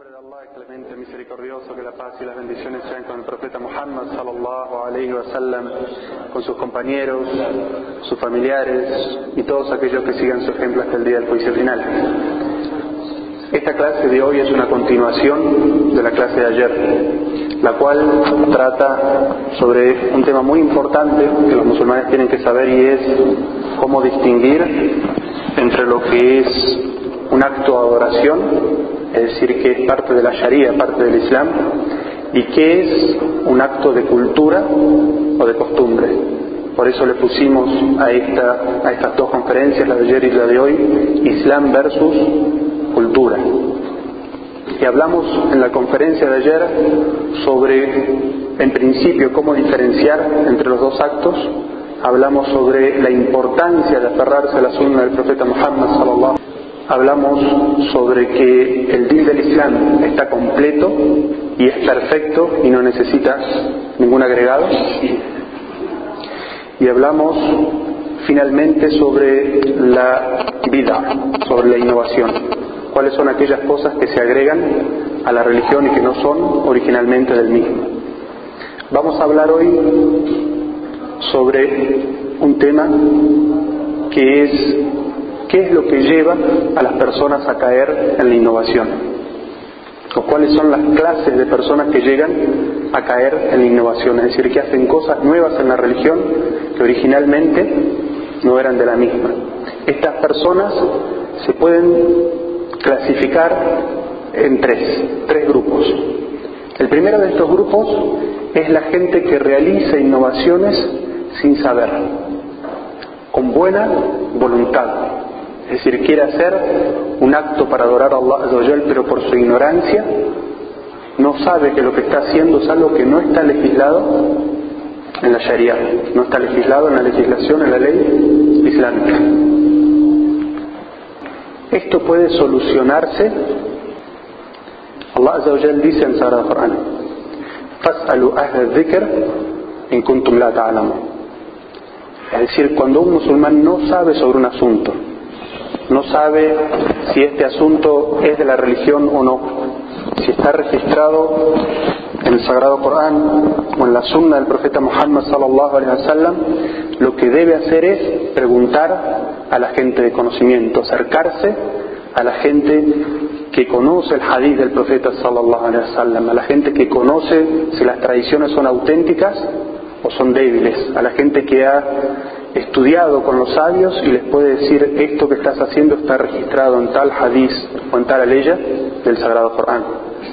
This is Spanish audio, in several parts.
nombre de Allah, clemente, misericordioso, que la paz y las bendiciones sean con el profeta Muhammad sallallahu alayhi wa sallam, con sus compañeros, sus familiares y todos aquellos que sigan su ejemplo hasta el día del juicio final. Esta clase de hoy es una continuación de la clase de ayer, la cual trata sobre un tema muy importante que los musulmanes tienen que saber, y es cómo distinguir entre lo que es un acto de adoración, es decir, que es parte de la Sharia, parte del Islam, y que es un acto de cultura o de costumbre. Por eso le pusimos a estas dos conferencias, la de ayer y la de hoy, Islam versus cultura. Y hablamos en la conferencia de ayer sobre, en principio, cómo diferenciar entre los dos actos. Hablamos sobre la importancia de aferrarse a la sunna del profeta Muhammad sallallahu alaihi wasallam. Hablamos sobre que el din del Islam está completo y es perfecto y no necesita ningún agregado. Y hablamos finalmente sobre la bid'ah, sobre la innovación. Cuáles son aquellas cosas que se agregan a la religión y que no son originalmente del mismo. Vamos a hablar hoy sobre un tema que es ¿qué es lo que lleva a las personas a caer en la innovación? ¿O cuáles son las clases de personas que llegan a caer en la innovación? Es decir, que hacen cosas nuevas en la religión que originalmente no eran de la misma. Estas personas se pueden clasificar en tres grupos. El primero de estos grupos es la gente que realiza innovaciones sin saber, con buena voluntad. Es decir, quiere hacer un acto para adorar a Allah Azza wa Jal, pero por su ignorancia no sabe que lo que está haciendo es algo que no está legislado en la Sharia, no está legislado en la legislación, en la ley islámica. Esto puede solucionarse. Allah Azza wa Jal dice en Sagrado Corán: "Fas'alu ahla dhikr in kuntum la ta'lamun". Es decir, cuando un musulmán no sabe sobre un asunto, no sabe si este asunto es de la religión o no, si está registrado en el Sagrado Corán o en la Sunna del profeta Muhammad sallallahu alaihi wasallam, lo que debe hacer es preguntar a la gente de conocimiento, acercarse a la gente que conoce el hadith del profeta sallallahu alaihi wasallam, a la gente que conoce si las tradiciones son auténticas o son débiles, a la gente que ha estudiado con los sabios y les puede decir: esto que estás haciendo está registrado en tal hadith o en tal aleya del Sagrado Corán.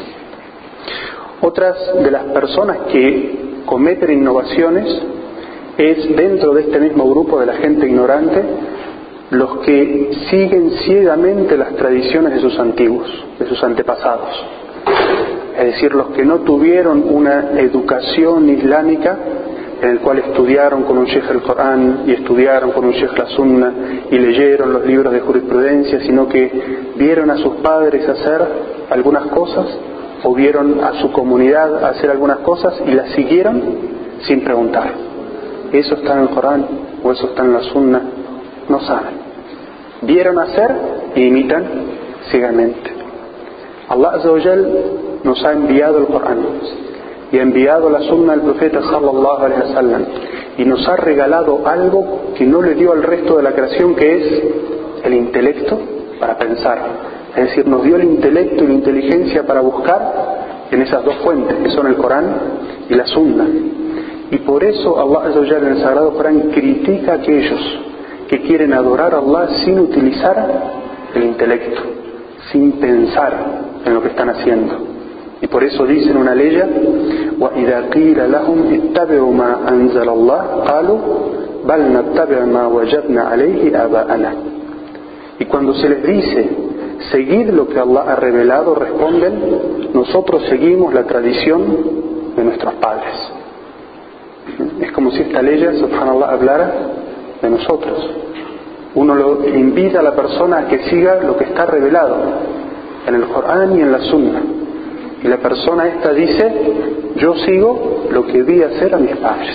Otras de las personas que cometen innovaciones es, dentro de este mismo grupo de la gente ignorante, los que siguen ciegamente las tradiciones de sus antiguos, de sus antepasados. Es decir, los que no tuvieron una educación islámica en el cual estudiaron con un sheikh el Corán y estudiaron con un sheikh la Sunna y leyeron los libros de jurisprudencia, sino que vieron a sus padres hacer algunas cosas o vieron a su comunidad hacer algunas cosas y las siguieron sin preguntar. ¿Eso está en el Corán o eso está en la Sunna? No saben. Vieron hacer e imitan ciegamente. Allah Azza wa Jal nos ha enviado el Corán y ha enviado la Sunna del profeta sallallahu alaihi wasallam y nos ha regalado algo que no le dio al resto de la creación, que es el intelecto para pensar. Es decir, nos dio el intelecto y la inteligencia para buscar en esas dos fuentes que son el Corán y la Sunna. Y por eso Allah Azza wa Jalla en el Sagrado Corán critica a aquellos que quieren adorar a Allah sin utilizar el intelecto, sin pensar en lo que están haciendo. Y por eso dice en una leya: وَإِذَا قِيلَ لَهُمْ اتَّبِعُوا مَا أَنزَلَ اللَّهُ قَالُوا بَلْ نَتَّبِعُ مَا وَجَدْنَا عَلَيْهِ آبَاءَنَا. Y cuando se les dice: seguid lo que Allah ha revelado, responden: nosotros seguimos la tradición de nuestros padres. Es como si esta ley, subhanallah, hablara de nosotros. Uno lo invita a la persona a que siga lo que está revelado en el Corán y en la Sunna, y la persona esta dice: yo sigo lo que vi hacer a mis padres.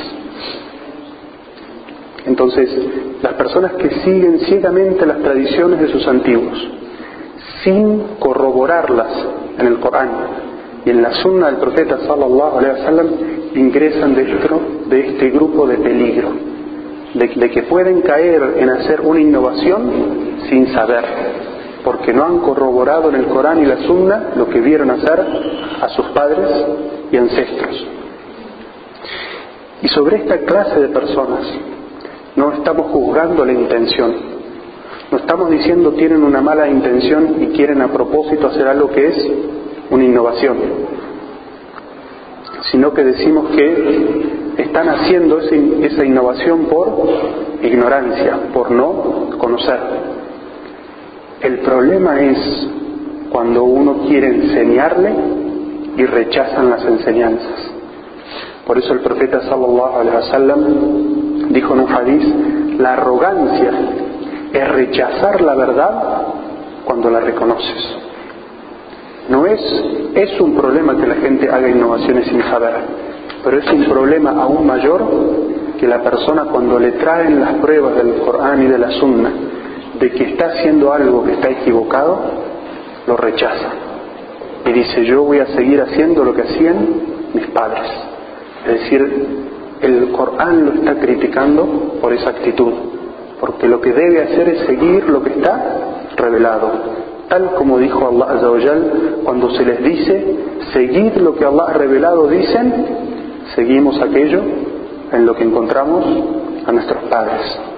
Entonces, las personas que siguen ciegamente las tradiciones de sus antiguos sin corroborarlas en el Corán y en la Sunna del profeta sallallahu alaihi wasallam, ingresan dentro de este grupo de peligro, de que pueden caer en hacer una innovación sin saber, porque no han corroborado en el Corán y la Sunna lo que vieron hacer a sus padres y ancestros. Y sobre esta clase de personas no estamos juzgando la intención. No estamos diciendo tienen una mala intención y quieren a propósito hacer algo que es una innovación, sino que decimos que están haciendo esa innovación por ignorancia, por no conocer. El problema es cuando uno quiere enseñarle y rechazan las enseñanzas. Por eso el profeta sallallahu alaihi wasallam dijo en un hadiz: la arrogancia es rechazar la verdad cuando la reconoces. No es un problema que la gente haga innovaciones sin saber, pero es un problema aún mayor que la persona, cuando le traen las pruebas del Corán y de la Sunna de que está haciendo algo que está equivocado, lo rechaza y dice: yo voy a seguir haciendo lo que hacían mis padres. Es decir, el Corán lo está criticando por esa actitud, porque lo que debe hacer es seguir lo que está revelado, tal como dijo Allah Azza wa Jal cuando se les dice: seguid lo que Allah ha revelado, dicen: seguimos aquello en lo que encontramos a nuestros padres.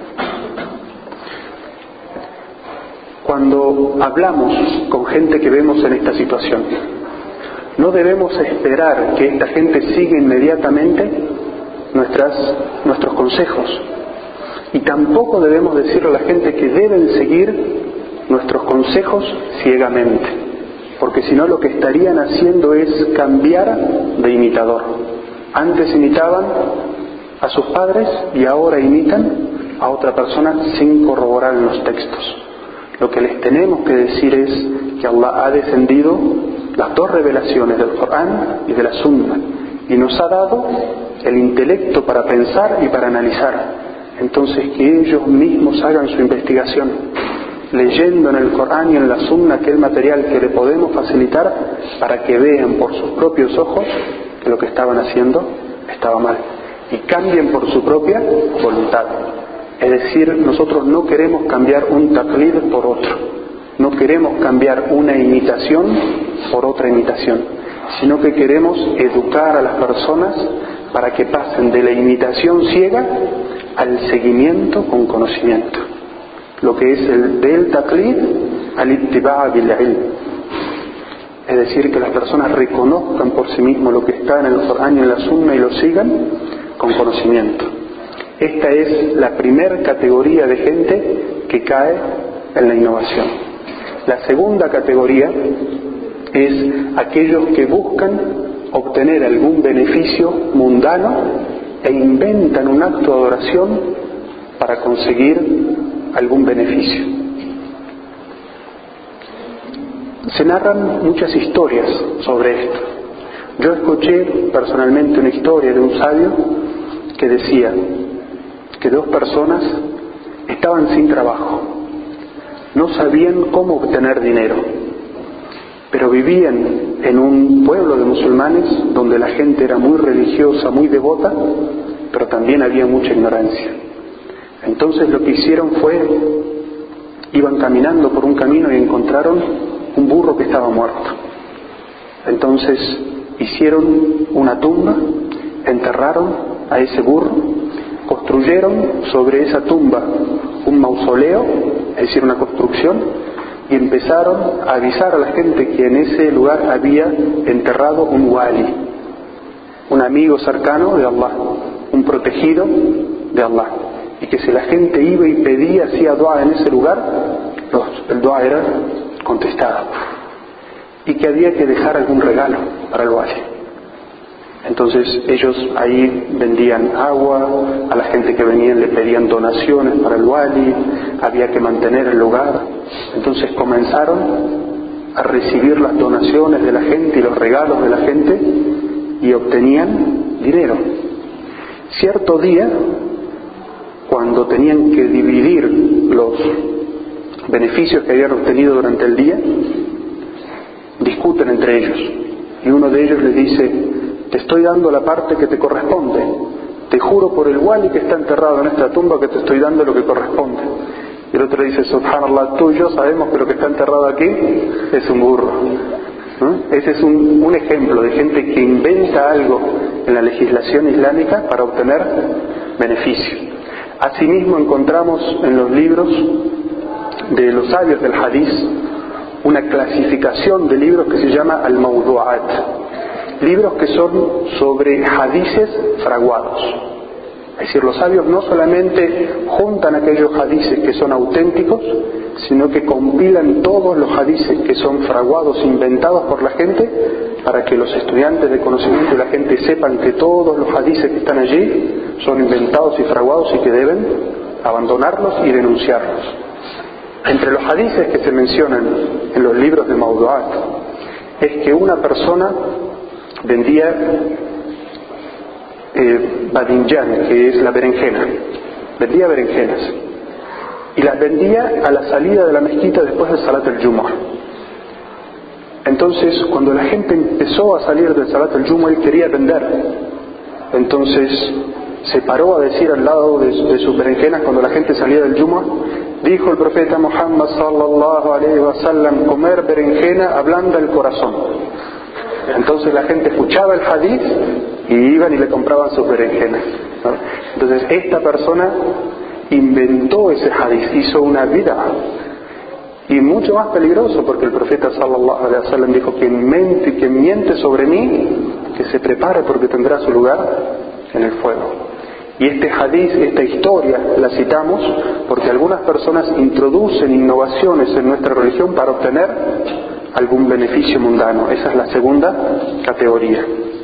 Cuando hablamos con gente que vemos en esta situación, no debemos esperar que esta gente siga inmediatamente nuestros consejos, y tampoco debemos decirle a la gente que deben seguir nuestros consejos ciegamente, porque si no lo que estarían haciendo es cambiar de imitador. Antes imitaban a sus padres y ahora imitan a otra persona sin corroborar en los textos. Lo que les tenemos que decir es que Allah ha descendido las dos revelaciones del Corán y de la Sunna y nos ha dado el intelecto para pensar y para analizar. Entonces que ellos mismos hagan su investigación, leyendo en el Corán y en la Sunna aquel material que le podemos facilitar para que vean por sus propios ojos que lo que estaban haciendo estaba mal y cambien por su propia voluntad. Es decir, nosotros no queremos cambiar un taqlid por otro, no queremos cambiar una imitación por otra imitación, sino que queremos educar a las personas para que pasen de la imitación ciega al seguimiento con conocimiento, lo que es el del taqlid al ittiba' bil ilm. Es decir, que las personas reconozcan por sí mismos lo que está en el Corán y en la Sunna y lo sigan con conocimiento. Esta es la primera categoría de gente que cae en la innovación. La segunda categoría es aquellos que buscan obtener algún beneficio mundano e inventan un acto de adoración para conseguir algún beneficio. Se narran muchas historias sobre esto. Yo escuché personalmente una historia de un sabio que decía que dos personas estaban sin trabajo, no sabían cómo obtener dinero, pero vivían en un pueblo de musulmanes donde la gente era muy religiosa, muy devota, pero también había mucha ignorancia. Entonces lo que hicieron fue, iban caminando por un camino y encontraron un burro que estaba muerto. Entonces hicieron una tumba, enterraron a ese burro, construyeron sobre esa tumba un mausoleo, es decir, una construcción, y empezaron a avisar a la gente que en ese lugar había enterrado un wali, un amigo cercano de Allah, un protegido de Allah, y que si la gente iba y pedía, hacía dua en ese lugar, el dua era contestado, y que había que dejar algún regalo para el wali. Entonces ellos ahí vendían agua, a la gente que venía le pedían donaciones para el wali, había que mantener el lugar. Entonces comenzaron a recibir las donaciones de la gente y los regalos de la gente y obtenían dinero. Cierto día, cuando tenían que dividir los beneficios que habían obtenido durante el día, discuten entre ellos. Y uno de ellos le dice: te estoy dando la parte que te corresponde. Te juro por el wali que está enterrado en esta tumba que te estoy dando lo que corresponde. Y el otro dice: subhanallah, tú y yo sabemos que lo que está enterrado aquí es un burro. Ese es un ejemplo de gente que inventa algo en la legislación islámica para obtener beneficio. Asimismo encontramos en los libros de los sabios del hadith una clasificación de libros que se llama al-mawdu'at, libros que son sobre hadices fraguados. Es decir, los sabios no solamente juntan aquellos hadices que son auténticos, sino que compilan todos los hadices que son fraguados, inventados por la gente, para que los estudiantes de conocimiento y la gente sepan que todos los hadices que están allí son inventados y fraguados y que deben abandonarlos y denunciarlos. Entre los hadices que se mencionan en los libros de Mawdu'at es que una persona vendía badinjan, que es la berenjena, vendía berenjenas y las vendía a la salida de la mezquita después del Salat al-Jumu'ah. Entonces, cuando la gente empezó a salir del Salat al-Jumu'ah, él quería vender. Entonces se paró a decir al lado de sus berenjenas, cuando la gente salía del Jumu'ah, dijo el profeta Muhammad sallallahu alaihi wasallam: comer berenjena ablanda el corazón. Entonces la gente escuchaba el hadith y iban y le compraban sus berenjenas, ¿no? Entonces esta persona inventó ese hadith, hizo una bid'a, y mucho más peligroso, porque el profeta sallallahu alaihi wasallam dijo: quien miente sobre mí, que se prepare porque tendrá su lugar en el fuego. Y este hadith, esta historia, la citamos porque algunas personas introducen innovaciones en nuestra religión para obtener algún beneficio mundano. Esa es la segunda categoría.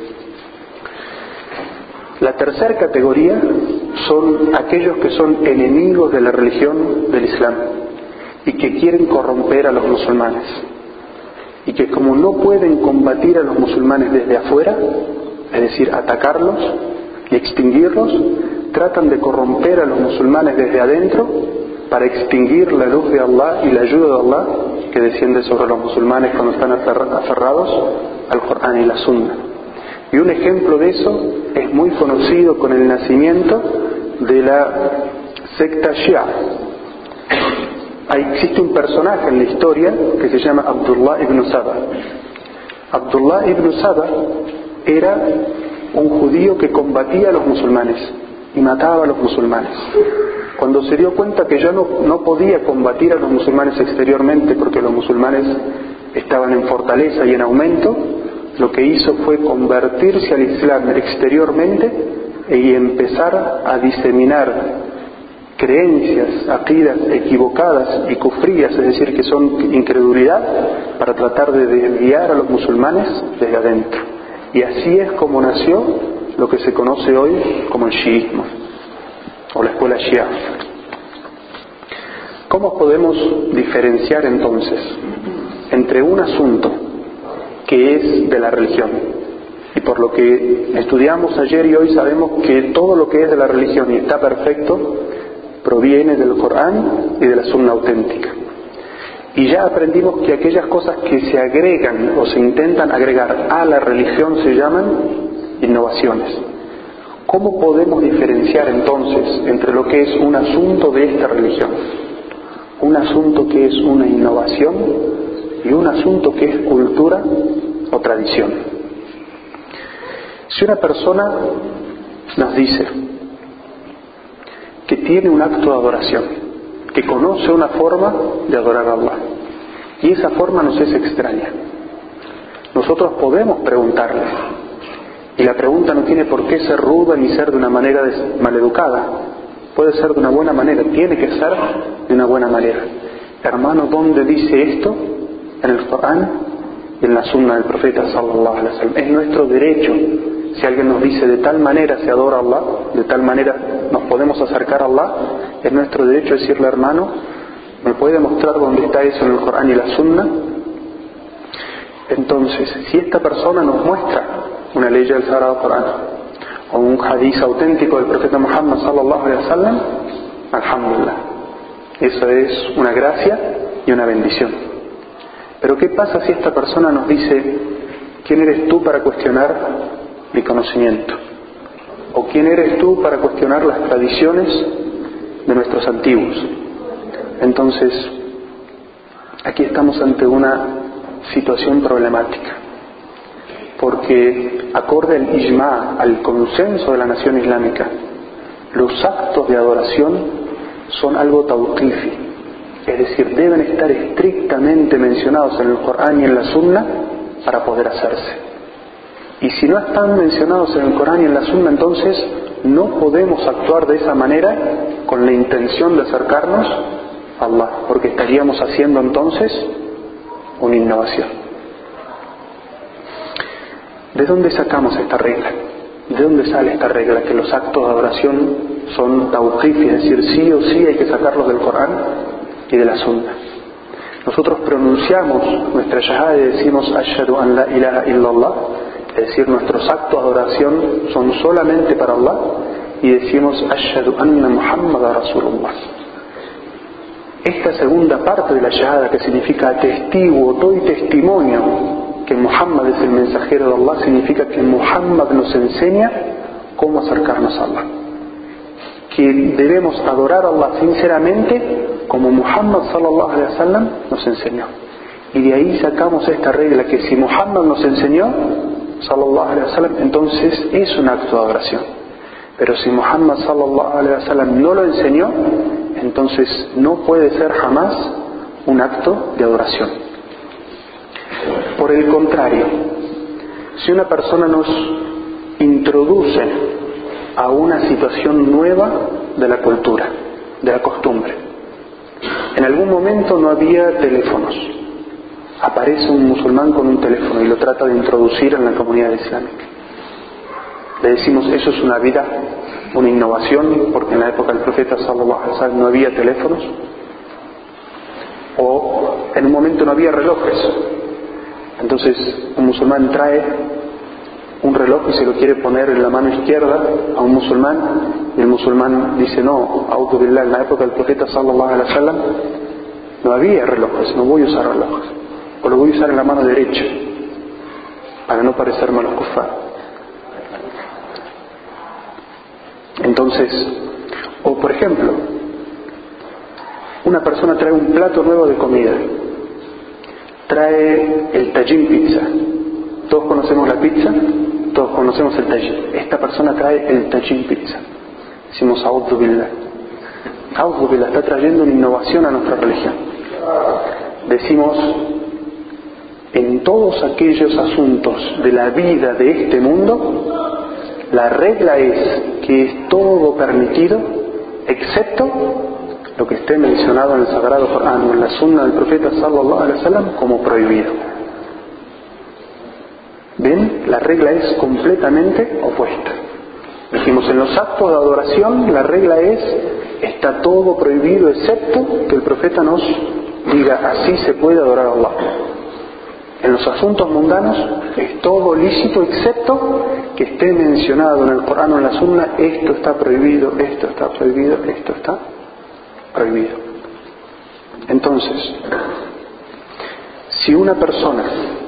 La tercera categoría son aquellos que son enemigos de la religión del Islam y que quieren corromper a los musulmanes, y que como no pueden combatir a los musulmanes desde afuera, es decir, atacarlos y extinguirlos, tratan de corromper a los musulmanes desde adentro para extinguir la luz de Allah y la ayuda de Allah que desciende sobre los musulmanes cuando están aferrados al Corán y la Sunna. Y un ejemplo de eso es muy conocido con el nacimiento de la secta Shia. Existe un personaje en la historia que se llama Abdullah ibn Saba. Abdullah ibn Saba era un judío que combatía a los musulmanes y mataba a los musulmanes. Cuando se dio cuenta que ya no podía combatir a los musulmanes exteriormente porque los musulmanes estaban en fortaleza y en aumento, lo que hizo fue convertirse al Islam exteriormente y empezar a diseminar creencias, aqídas equivocadas y kufrías, es decir, que son incredulidad, para tratar de desviar a los musulmanes desde adentro. Y así es como nació lo que se conoce hoy como el chiismo o la escuela Shia. ¿Cómo podemos diferenciar entonces entre un asunto que es de la religión? Y por lo que estudiamos ayer y hoy sabemos que todo lo que es de la religión y está perfecto proviene del Corán y de la Sunna auténtica. Y ya aprendimos que aquellas cosas que se agregan o se intentan agregar a la religión se llaman innovaciones. ¿Cómo podemos diferenciar entonces entre lo que es un asunto de esta religión, un asunto que es una innovación y un asunto que es cultura o tradición? Si una persona nos dice que tiene un acto de adoración, que conoce una forma de adorar a Allah, y esa forma nos es extraña, nosotros podemos preguntarle, y la pregunta no tiene por qué ser ruda ni ser de una manera maleducada, puede ser de una buena manera, tiene que ser de una buena manera. Hermano, ¿dónde dice esto? En el Corán y en la Sunna del Profeta sallallahu alaihi wasallam. Es nuestro derecho. Si alguien nos dice de tal manera se adora a Allah, de tal manera nos podemos acercar a Allah, es nuestro derecho decirle: hermano, ¿me puede mostrar dónde está eso en el Corán y la Sunna? Entonces, si esta persona nos muestra una ley del Sagrado Corán o un hadith auténtico del profeta Muhammad sallallahu alaihi wasallam, alhamdulillah, eso es una gracia y una bendición. Pero ¿qué pasa si esta persona nos dice: ¿quién eres tú para cuestionar mi conocimiento? ¿O quién eres tú para cuestionar las tradiciones de nuestros antiguos? Entonces, aquí estamos ante una situación problemática, porque acorde al ijma, al consenso de la nación islámica, los actos de adoración son algo tawqifi, es decir, deben estar estrictamente mencionados en el Corán y en la Sunna para poder hacerse. Y si no están mencionados en el Corán y en la Sunna, entonces no podemos actuar de esa manera con la intención de acercarnos a Allah, porque estaríamos haciendo entonces una innovación. ¿De dónde sacamos esta regla? ¿De dónde sale esta regla? Que los actos de adoración son tawqif, es decir, sí o sí hay que sacarlos del Corán y de la Sunna. Nosotros pronunciamos nuestra shahada y decimos Ashhadu an la ilaha illallah, es decir, nuestros actos de adoración son solamente para Allah, y decimos Ashhadu anna Muhammadan Rasulullah. Esta segunda parte de la shahada, que significa atestiguo, doy testimonio que Muhammad es el mensajero de Allah, significa que Muhammad nos enseña cómo acercarnos a Allah, que debemos adorar a Allah sinceramente como Muhammad sallallahu alaihi wasallam nos enseñó. Y de ahí sacamos esta regla, que si Muhammad nos enseñó sallallahu alaihi wasallam, entonces es un acto de adoración. Pero si Muhammad sallallahu alaihi wasallam no lo enseñó, entonces no puede ser jamás un acto de adoración. Por el contrario, si una persona nos introduce a una situación nueva de la cultura, de la costumbre, en algún momento no había teléfonos, aparece un musulmán con un teléfono y lo trata de introducir en la comunidad islámica, le decimos: eso es una bid'a, una innovación, porque en la época del profeta sallallahu alaihi wasallam no había teléfonos, o en un momento no había relojes. Entonces un musulmán trae un reloj y se lo quiere poner en la mano izquierda a un musulmán, y el musulmán dice: no, a'udhu billah, en la época del profeta sallallahu alaihi wasallam no había relojes, no voy a usar relojes, o lo voy a usar en la mano derecha para no parecerme a los kufar. Entonces, o por ejemplo, una persona trae un plato nuevo de comida, trae el tajín pizza. Todos conocemos la pizza, todos conocemos el tajín. Esta persona trae el tajín pizza. Decimos a'udhu billah. A'udhu billah, está trayendo una innovación a nuestra religión. Decimos: en todos aquellos asuntos de la vida de este mundo, la regla es que es todo permitido, excepto lo que esté mencionado en el Sagrado Corán o en la Sunna del Profeta sallallahu alaihi wasallam como prohibido. ¿Ven? La regla es completamente opuesta. Dijimos, en los actos de adoración la regla es: está todo prohibido excepto que el Profeta nos diga así se puede adorar a Allah. En los asuntos mundanos es todo lícito excepto que esté mencionado en el Corán o en la Sunna: esto está prohibido, esto está prohibido, esto está prohibido. Entonces, si una persona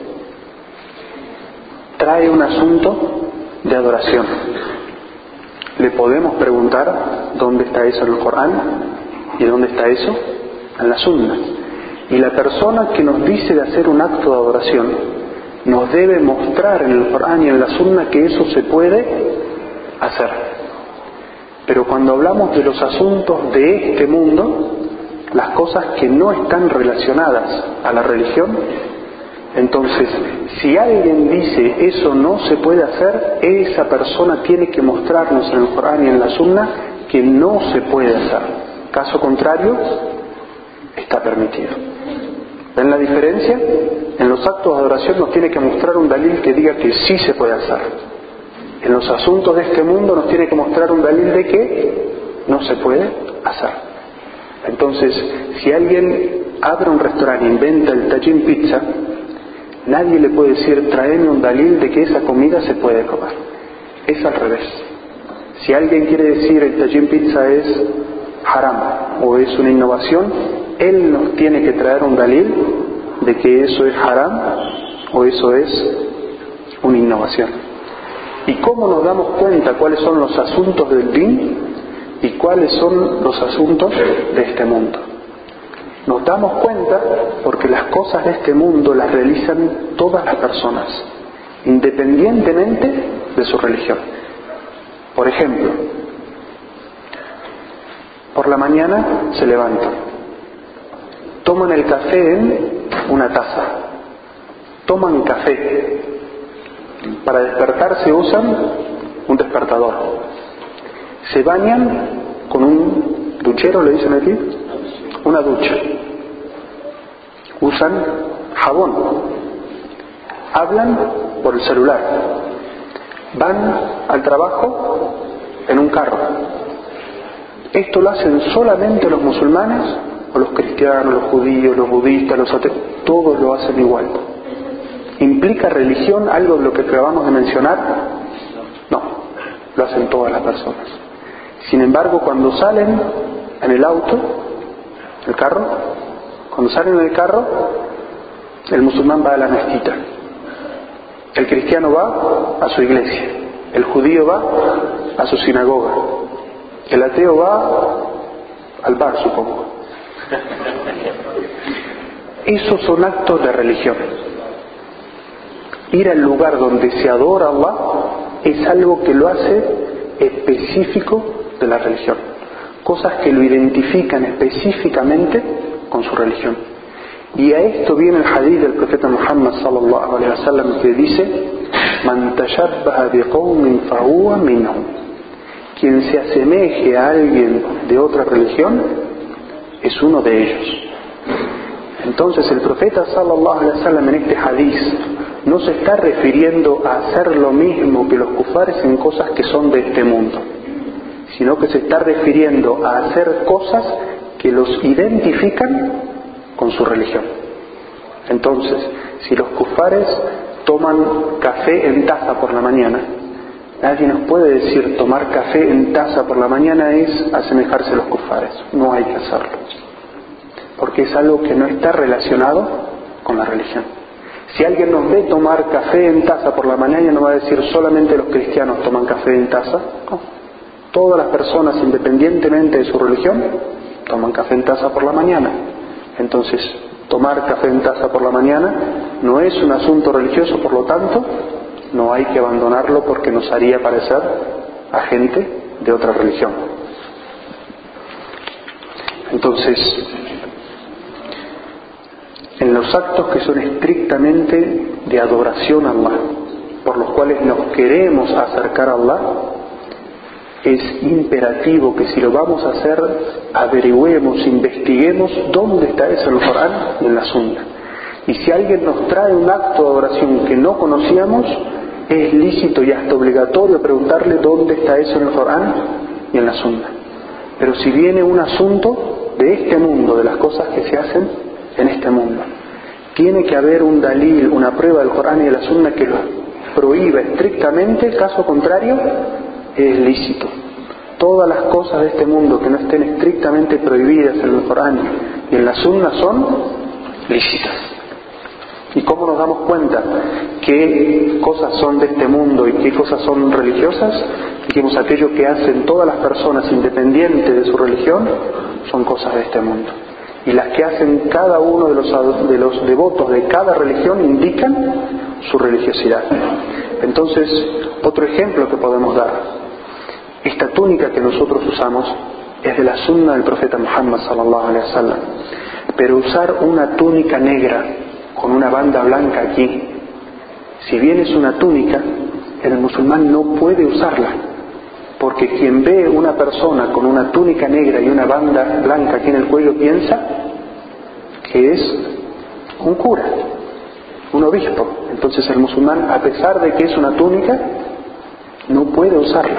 trae un asunto de adoración, le podemos preguntar dónde está eso en el Corán y dónde está eso en la Sunna. Y la persona que nos dice de hacer un acto de adoración nos debe mostrar en el Corán y en la Sunna que eso se puede hacer. Pero cuando hablamos de los asuntos de este mundo, las cosas que no están relacionadas a la religión, entonces si alguien dice eso no se puede hacer, esa persona tiene que mostrarnos en el Corán y en la Sunna que no se puede hacer. Caso contrario, está permitido. ¿Ven la diferencia? En los actos de adoración nos tiene que mostrar un dalil que diga que sí se puede hacer. En los asuntos de este mundo nos tiene que mostrar un dalil de que no se puede hacer. Entonces, si alguien abre un restaurante e inventa el tajín pizza, nadie le puede decir: tráeme un dalil de que esa comida se puede comer. Es al revés. Si alguien quiere decir el tajín pizza es haram o es una innovación, él nos tiene que traer un dalil de que eso es haram o eso es una innovación. ¿Y cómo nos damos cuenta cuáles son los asuntos del din y cuáles son los asuntos de este mundo? Nos damos cuenta porque las cosas de este mundo las realizan todas las personas, independientemente de su religión. Por ejemplo, por la mañana se levantan, toman el café en una taza, toman café, para despertarse usan un despertador, se bañan con un duchero, le dicen aquí, una ducha, usan jabón, hablan por el celular, van al trabajo en un carro. Esto lo hacen solamente los musulmanes o los cristianos, los judíos, los budistas, los ateos, todos lo hacen igual. ¿Implica religión algo de lo que acabamos de mencionar? No, lo hacen todas las personas. Sin embargo, cuando salen en el auto, el carro, cuando salen en el carro, el musulmán va a la mezquita, el cristiano va a su iglesia, el judío va a su sinagoga, el ateo va al bar, supongo. Esos son actos de religión. Ir al lugar donde se adora a Allah es algo que lo hace específico de la religión. Cosas que lo identifican específicamente con su religión. Y a esto viene el hadith del profeta Muhammad sallallahu alaihi wasallam que dice: "Man tashabbaha biqawmin fahuwa minhum". Quien se asemeje a alguien de otra religión es uno de ellos. Entonces el profeta sallallahu alaihi wasallam en este hadith no se está refiriendo a hacer lo mismo que los kufares en cosas que son de este mundo, sino que se está refiriendo a hacer cosas que los identifican con su religión. Entonces, si los kufares toman café en taza por la mañana, nadie nos puede decir tomar café en taza por la mañana es asemejarse a los kufares. No hay que hacerlo, porque es algo que no está relacionado con la religión. Si alguien nos ve tomar café en taza por la mañana, no va a decir solamente los cristianos toman café en taza. No. Todas las personas, independientemente de su religión, toman café en taza por la mañana. Entonces, tomar café en taza por la mañana no es un asunto religioso, por lo tanto, no hay que abandonarlo porque nos haría parecer a gente de otra religión. Entonces, en los actos que son estrictamente de adoración a Allah, por los cuales nos queremos acercar a Allah, es imperativo que si lo vamos a hacer, averigüemos, investiguemos dónde está eso en el Corán y en la Sunna. Y si alguien nos trae un acto de adoración que no conocíamos, es lícito y hasta obligatorio preguntarle dónde está eso en el Corán y en la Sunna. Pero si viene un asunto de este mundo, de las cosas que se hacen en este mundo, tiene que haber un dalil, una prueba del Corán y de la Sunna que lo prohíba estrictamente, caso contrario, es lícito. Todas las cosas de este mundo que no estén estrictamente prohibidas en el Corán y en la Sunna son lícitas. ¿Y cómo nos damos cuenta qué cosas son de este mundo y qué cosas son religiosas? Dijimos, aquello que hacen todas las personas independiente de su religión son cosas de este mundo. Y las que hacen cada uno de los devotos de cada religión indican su religiosidad. Entonces, otro ejemplo que podemos dar: esta túnica que nosotros usamos es de la sunna del profeta Muhammad sallallahu alaihi wasallam, pero usar una túnica negra con una banda blanca aquí, si bien es una túnica, el musulmán no puede usarla, porque quien ve una persona con una túnica negra y una banda blanca aquí en el cuello piensa que es un cura, un obispo. Entonces el musulmán, a pesar de que es una túnica, no puede usarla.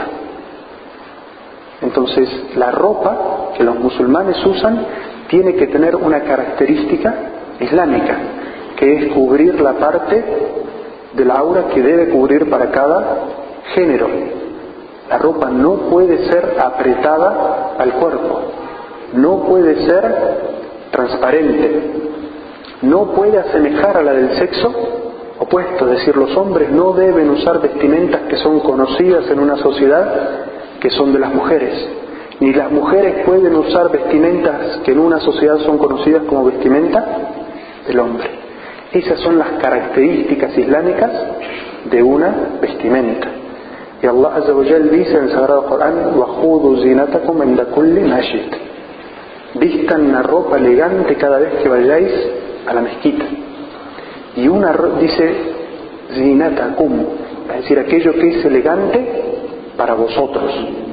Entonces la ropa que los musulmanes usan tiene que tener una característica islámica, que es cubrir la parte del aura que debe cubrir para cada género. La ropa no puede ser apretada al cuerpo, no puede ser transparente. no puede asemejar a la del sexo opuesto, es decir, los hombres no deben usar vestimentas que son conocidas en una sociedad que son de las mujeres, ni las mujeres pueden usar vestimentas que en una sociedad son conocidas como vestimenta del hombre. Esas son las características islámicas de una vestimenta. Y Allah Azza wa Jal dice en el Sagrado Corán: وَخُذُوا زِينَتَكُمْ عِنْدَ كُلِّ مَسْجِدٍ. Vistan una ropa elegante cada vez que vayáis a la mezquita. Y dice zinatakum, es decir, aquello que es elegante para vosotros.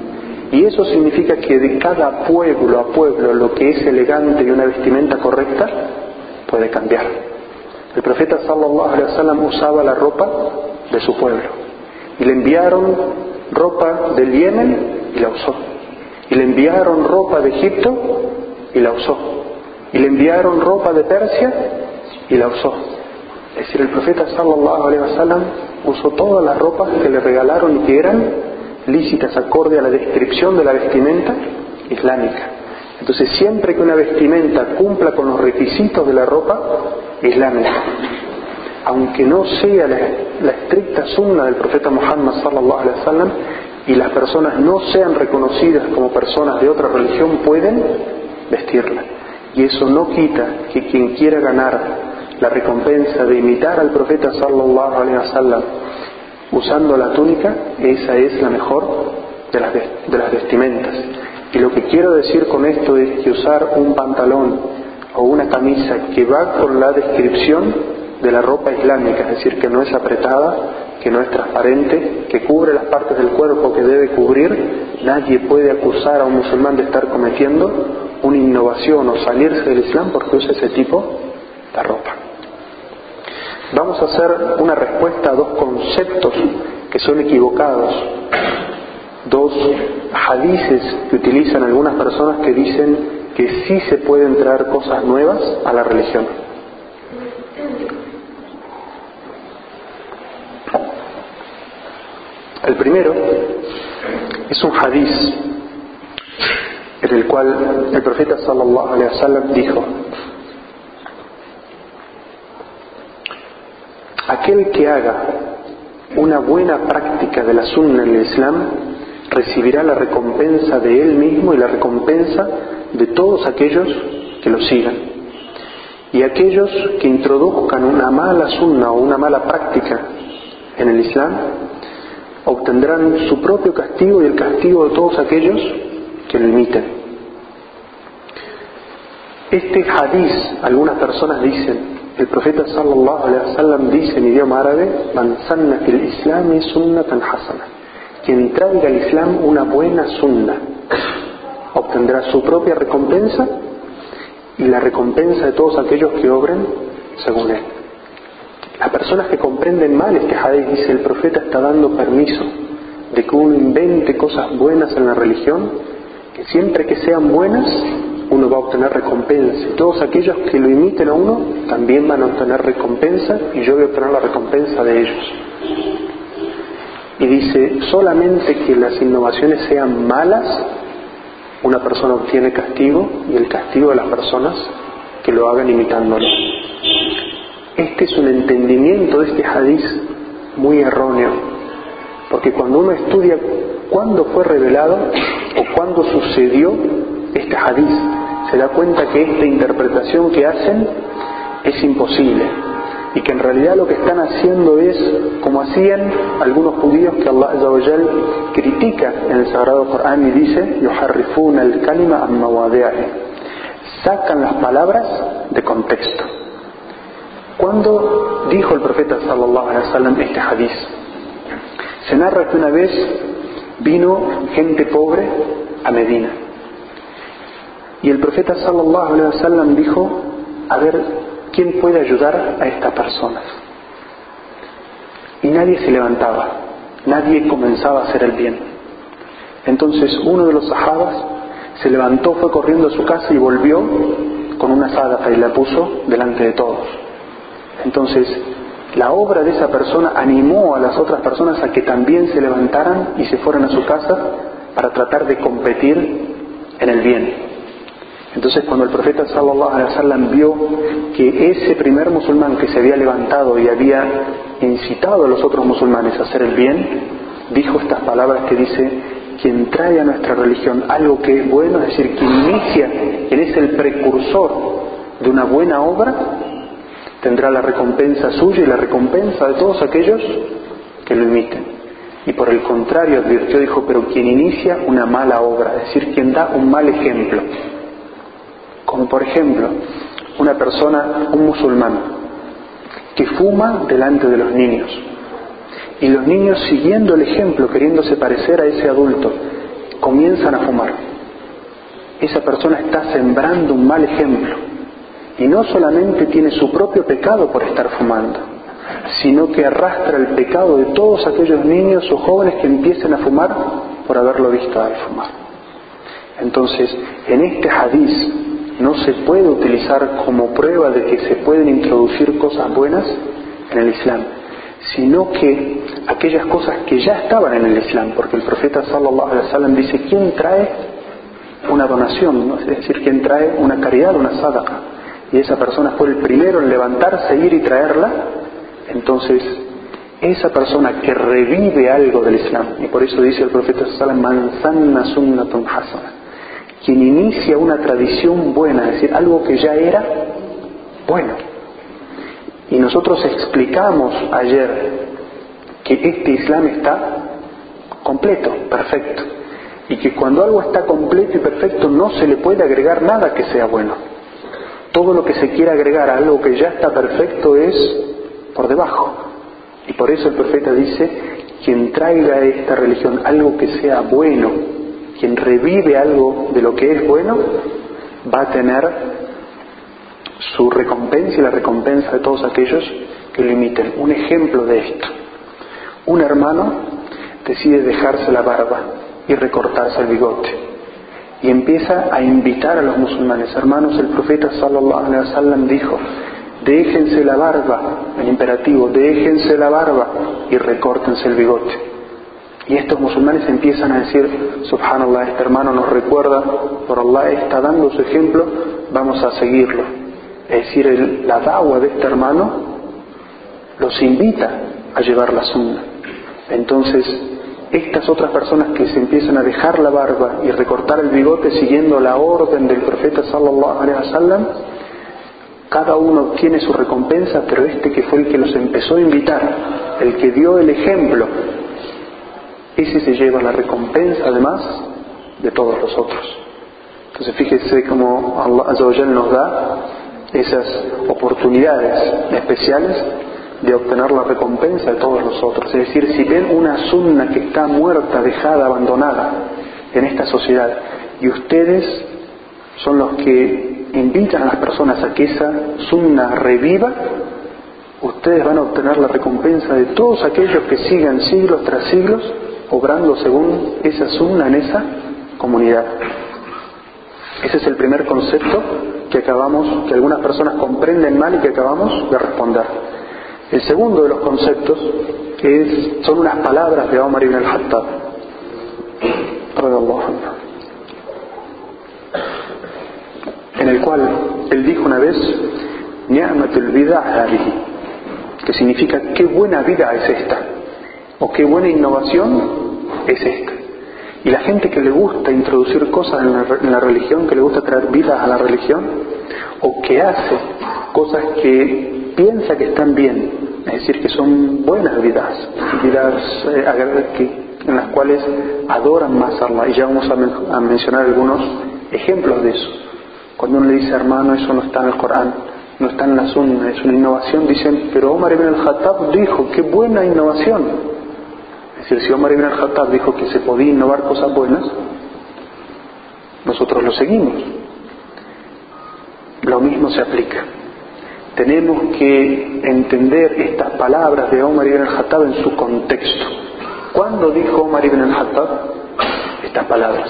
Y eso significa que de cada pueblo a pueblo lo que es elegante y una vestimenta correcta puede cambiar. El profeta sallallahu alaihi wasallam usaba la ropa de su pueblo y le enviaron ropa del Yemen y la usó, y le enviaron ropa de Egipto y la usó, y le enviaron ropa de Persia y la usó. Es decir, el profeta sallallahu alaihi wasallam usó todas las ropas que le regalaron y que eran lícitas acorde a la descripción de la vestimenta islámica. Entonces, siempre que una vestimenta cumpla con los requisitos de la ropa islámica, aunque no sea la estricta sunna del profeta Muhammad sallallahu alaihi wasallam, y las personas no sean reconocidas como personas de otra religión, pueden vestirla. Y eso no quita que quien quiera ganar la recompensa de imitar al profeta sallallahu alaihi wasallam usando la túnica, esa es la mejor de las vestimentas. Y lo que quiero decir con esto es que usar un pantalón o una camisa que va con la descripción de la ropa islámica, es decir, que no es apretada, que no es transparente, que cubre las partes del cuerpo que debe cubrir, nadie puede acusar a un musulmán de estar cometiendo una innovación o salirse del Islam porque usa ese tipo de ropa. Vamos a hacer una respuesta a dos conceptos que son equivocados, dos hadices que utilizan algunas personas que dicen que sí se pueden traer cosas nuevas a la religión. El primero es un hadiz en el cual el profeta sallallahu alaihi wasallam dijo: aquel que haga una buena práctica de la sunna en el Islam recibirá la recompensa de él mismo y la recompensa de todos aquellos que lo sigan. Y aquellos que introduzcan una mala sunna o una mala práctica en el Islam obtendrán su propio castigo y el castigo de todos aquellos que lo imiten. Este hadiz, algunas personas dicen, el profeta sallallahu alaihi wasallam dice en idioma árabe: man sanna fil islami sunnatan hasana, quien traiga al Islam una buena sunna obtendrá su propia recompensa y la recompensa de todos aquellos que obren según él. Las personas que comprenden mal este hadith, dice, el profeta está dando permiso de que uno invente cosas buenas en la religión, que siempre que sean buenas uno va a obtener recompensa, y todos aquellos que lo imiten a uno también van a obtener recompensa, y yo voy a obtener la recompensa de ellos. Y dice, solamente que las innovaciones sean malas, una persona obtiene castigo, y el castigo de las personas que lo hagan imitándolo. Este es un entendimiento de este hadiz muy erróneo, porque cuando uno estudia cuándo fue revelado o cuándo sucedió este hadiz, se da cuenta que esta interpretación que hacen es imposible, y que en realidad lo que están haciendo es como hacían algunos judíos que Allah Azza wa Jal critica en el Sagrado Corán y dice: yuharrifuna al-kalima an mawadi'ihi, sacan las palabras de contexto. ¿Cuándo dijo el profeta sallallahu alaihi wasallam este hadiz? Se narra que una vez vino gente pobre a Medina y el profeta sallallahu alaihi wasallam dijo: a ver, ¿quién puede ayudar a estas personas? Y nadie se levantaba, nadie comenzaba a hacer el bien. Entonces uno de los sahabas se levantó, fue corriendo a su casa y volvió con una sadaqa y la puso delante de todos. Entonces la obra de esa persona animó a las otras personas a que también se levantaran y se fueran a su casa para tratar de competir en el bien. Entonces, cuando el profeta sallallahu alaihi wasallam vio que ese primer musulmán que se había levantado y había incitado a los otros musulmanes a hacer el bien, dijo estas palabras que dice: quien trae a nuestra religión algo que es bueno, es decir, quien inicia, quien es el precursor de una buena obra, tendrá la recompensa suya y la recompensa de todos aquellos que lo imiten. Y por el contrario advirtió, dijo: pero quien inicia una mala obra, es decir, quien da un mal ejemplo, como por ejemplo una persona, un musulmán, que fuma delante de los niños, y los niños, siguiendo el ejemplo, queriéndose parecer a ese adulto, comienzan a fumar. Esa persona está sembrando un mal ejemplo, y no solamente tiene su propio pecado por estar fumando, sino que arrastra el pecado de todos aquellos niños o jóvenes que empiecen a fumar por haberlo visto a él fumar. Entonces, en este hadiz no se puede utilizar como prueba de que se pueden introducir cosas buenas en el Islam, sino que aquellas cosas que ya estaban en el Islam, porque el profeta sallallahu alaihi wasallam dice: ¿quién trae una donación? ¿No? Es decir, ¿quién trae una caridad, una sadaqa? Y esa persona fue el primero en levantarse, ir y traerla. Entonces, esa persona que revive algo del Islam, y por eso dice el profeta sallallahu alaihi wasallam: man sanna sunnatun hasana, quien inicia una tradición buena, es decir, algo que ya era bueno. Y nosotros explicamos ayer que este Islam está completo, perfecto, y que cuando algo está completo y perfecto no se le puede agregar nada que sea bueno. Todo lo que se quiera agregar a algo que ya está perfecto es por debajo. Y por eso el profeta dice: quien traiga a esta religión algo que sea bueno, quien revive algo de lo que es bueno, va a tener su recompensa y la recompensa de todos aquellos que lo imiten. Un ejemplo de esto: un hermano decide dejarse la barba y recortarse el bigote, y empieza a invitar a los musulmanes: hermanos, el profeta sallallahu alaihi wasallam dijo: déjense la barba, en imperativo, déjense la barba y recórtense el bigote. Y estos musulmanes empiezan a decir: subhanallah, este hermano nos recuerda, por Allah está dando su ejemplo, vamos a seguirlo. Es decir, la da'wa de este hermano los invita a llevar la sunna. Entonces, estas otras personas que se empiezan a dejar la barba y recortar el bigote siguiendo la orden del profeta sallallahu alaihi wasallam, cada uno tiene su recompensa, pero este que fue el que los empezó a invitar, el que dio el ejemplo, ese se lleva la recompensa además de todos los otros. Entonces fíjese cómo Allah Azza wa Jalla nos da esas oportunidades especiales de obtener la recompensa de todos los otros. Es decir, si ven una sunna que está muerta, dejada, abandonada en esta sociedad, y ustedes son los que invitan a las personas a que esa sunna reviva, ustedes van a obtener la recompensa de todos aquellos que sigan siglos tras siglos obrando según esa sunna en esa comunidad. Ese es el primer concepto que algunas personas comprenden mal y que acabamos de responder. El segundo de los conceptos son unas palabras de Umar ibn al-Khattab, en el cual él dijo una vez: ni'matul bid'ah hadihi, que significa qué buena vida es esta, o qué buena innovación es esta. Y la gente que le gusta introducir cosas en la religión, que le gusta traer vidas a la religión, o que hace cosas que piensa que están bien, es decir, que son buenas vidas en las cuales adoran más a Allah, y ya vamos a mencionar algunos ejemplos de eso. Cuando uno le dice: hermano, eso no está en el Corán, no está en la Sunna, es una innovación, dicen: pero Umar ibn al-Khattab dijo, qué buena innovación. Es decir, si Umar ibn al-Khattab dijo que se podía innovar cosas buenas, nosotros lo seguimos. Lo mismo se aplica. Tenemos que entender estas palabras de Umar ibn al-Khattab en su contexto. ¿Cuándo dijo Umar ibn al-Khattab estas palabras?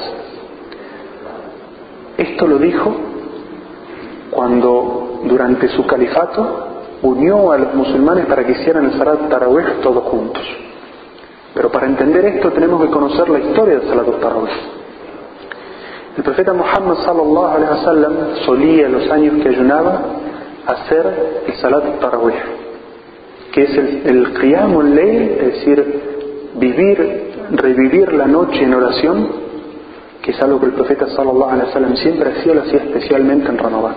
Esto lo dijo cuando durante su califato unió a los musulmanes para que hicieran el Salat Tarawih todos juntos. Pero para entender esto tenemos que conocer la historia del Salat Tarawih. El profeta Muhammad sallallahu alaihi wasallam solía, los años que ayunaba, hacer el Salat Tarawih, que es el Qiyam al-Layl, es decir, revivir la noche en oración, que es algo que el profeta sallallahu alaihi wasallam siempre hacía, lo hacía especialmente en Ramadán.